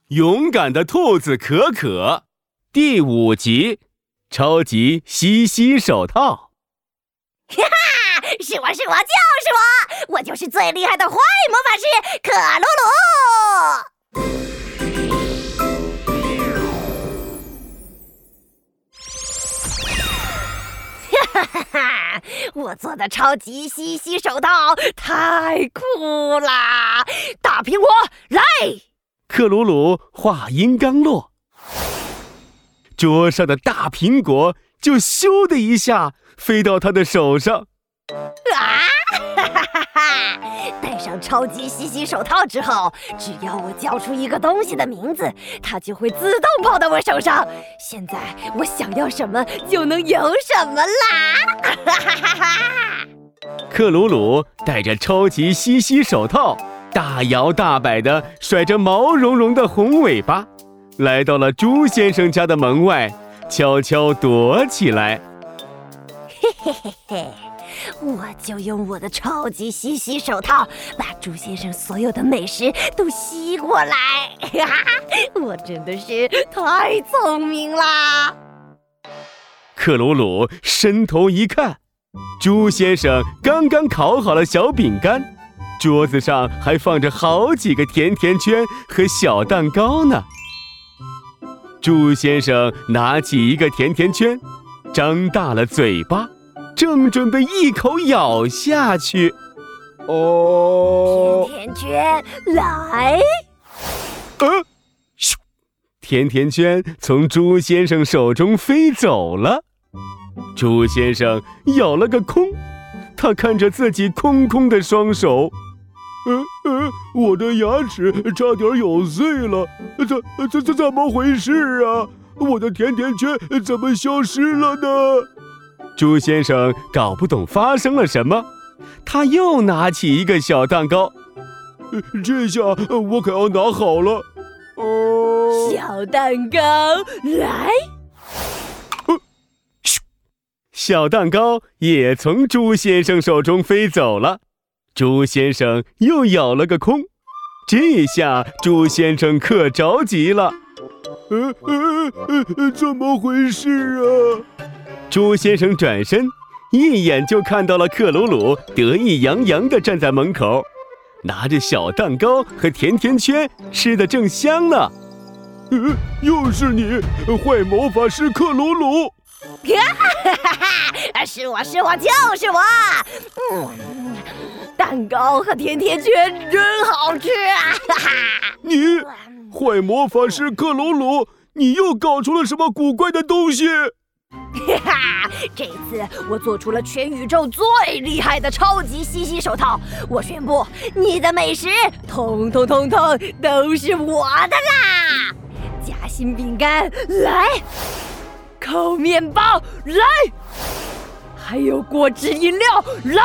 勇敢的兔子可可第5集，超级西西手套。 哈哈，是我，就是我就是最厉害的坏魔法师克鲁鲁。哈哈哈！我做的超级西西手套太酷啦！大苹果来！ 克鲁鲁话音刚落，桌上的大苹果就咻的一下飞到他的手上。 啊！哈哈哈哈！戴上超级西西手套之后，只要我叫出一个东西的名字，它就会自动跑到我手上。现在我想要什么就能有什么啦！哈哈哈哈！ 克鲁鲁戴着超级西西手套，大摇大摆地甩着毛茸茸的红尾巴，来到了猪先生家的门外，悄悄躲起来。 嘿嘿嘿嘿，我就用我的超级西西手套，把猪先生所有的美食都吸过来。哈哈，我真的是太聪明啦！ 克鲁鲁伸头一看，猪先生刚刚烤好了小饼干，桌子上还放着好几个甜甜圈和小蛋糕呢。猪先生拿起一个甜甜圈，张大了嘴巴，正准备一口咬下去。 甜甜圈来！ 咻！甜甜圈从猪先生手中飞走了。猪先生咬了个空，他看着自己空空的双手，我的牙齿差点咬碎了，怎么回事啊？我的甜甜圈怎么消失了呢？猪先生搞不懂发生了什么，他又拿起一个小蛋糕，这下我可要拿好了。 小蛋糕来！ 小蛋糕也从猪先生手中飞走了，猪先生又咬了个空，这下猪先生可着急了。怎么回事啊？猪先生转身，一眼就看到了克鲁鲁得意洋洋地站在门口，拿着小蛋糕和甜甜圈，吃得正香呢。又是你，坏魔法师克鲁鲁！ 哈哈哈！是我，就是我。蛋糕和甜甜圈真好吃啊！哈哈！ 你，坏魔法师克鲁鲁，你又搞出了什么古怪的东西？ 哈哈！这次我做出了全宇宙最厉害的超级西西手套，我宣布，你的美食通通都是我的啦！夹心饼干来，烤面包来，还有果汁饮料来！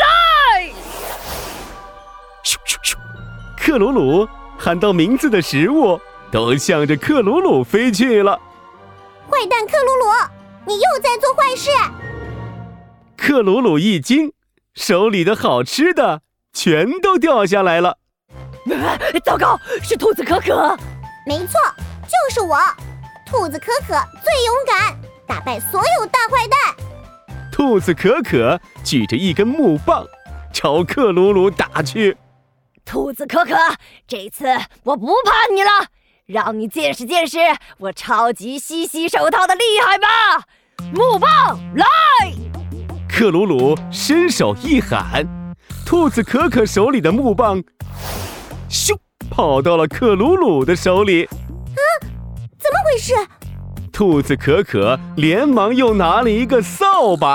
咻咻咻！克鲁鲁喊到名字的食物都向着克鲁鲁飞去了。 坏蛋克鲁鲁，你又在做坏事！ 克鲁鲁一惊，手里的好吃的全都掉下来了。 糟糕，是兔子可可！ 没错，就是我，兔子可可最勇敢，打败所有大坏蛋。 兔子可可举着一根木棒，朝克鲁鲁打去。 兔子可可，这次我不怕你了，让你见识见识我超级西西手套的厉害吧！木棒来！ 克鲁鲁伸手一喊，兔子可可手里的木棒，咻，跑到了克鲁鲁的手里。 怎么回事？ 兔子可可连忙又拿了一个扫把，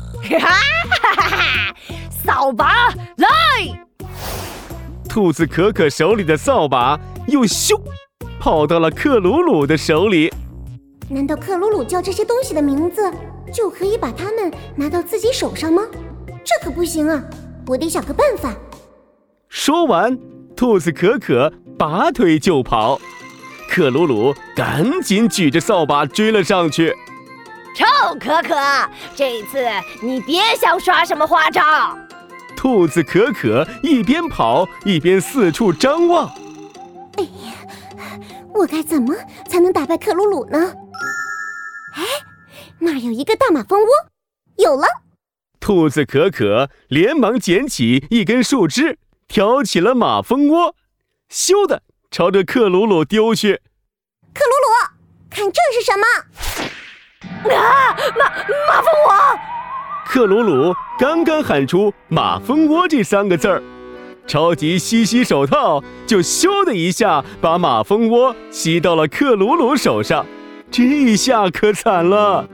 扫把来！ 兔子可可手里的扫把又咻，跑到了克鲁鲁的手里。 难道克鲁鲁叫这些东西的名字，就可以把它们拿到自己手上吗？这可不行啊，我得想个办法。 说完，兔子可可拔腿就跑，克鲁鲁赶紧举着扫把追了上去。 臭可可，这次你别想耍什么花招！ 兔子可可一边跑一边四处张望。 哎呀， 我该怎么才能打败克鲁鲁呢？哎，那儿有一个大马蜂窝，有了！ 兔子可可连忙捡起一根树枝，挑起了马蜂窝，咻的朝着克鲁鲁丢去。 克鲁鲁，看这是什么？ 马蜂窝！ 克鲁鲁刚刚喊出马蜂窝这3个字儿，超级吸吸手套就咻的一下把马蜂窝吸到了克鲁鲁手上，这下可惨了！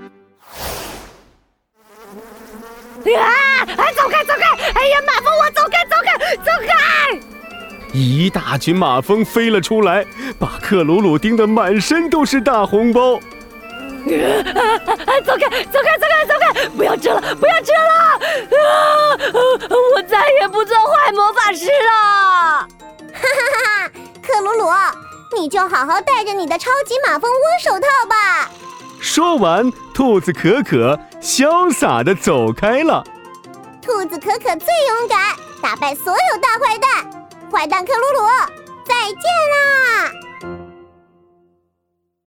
走开！哎呀，马蜂窝，走开！ 一大群马蜂飞了出来，把克鲁鲁叮得满身都是大红包。 走开！不要吃了！我再也不做坏魔法师了！ 克鲁鲁，你就好好戴着你的超级马蜂窝手套吧。 说完，兔子可可潇洒地走开了。 兔子可可最勇敢，打败所有大坏蛋。坏蛋克鲁鲁，再见啦！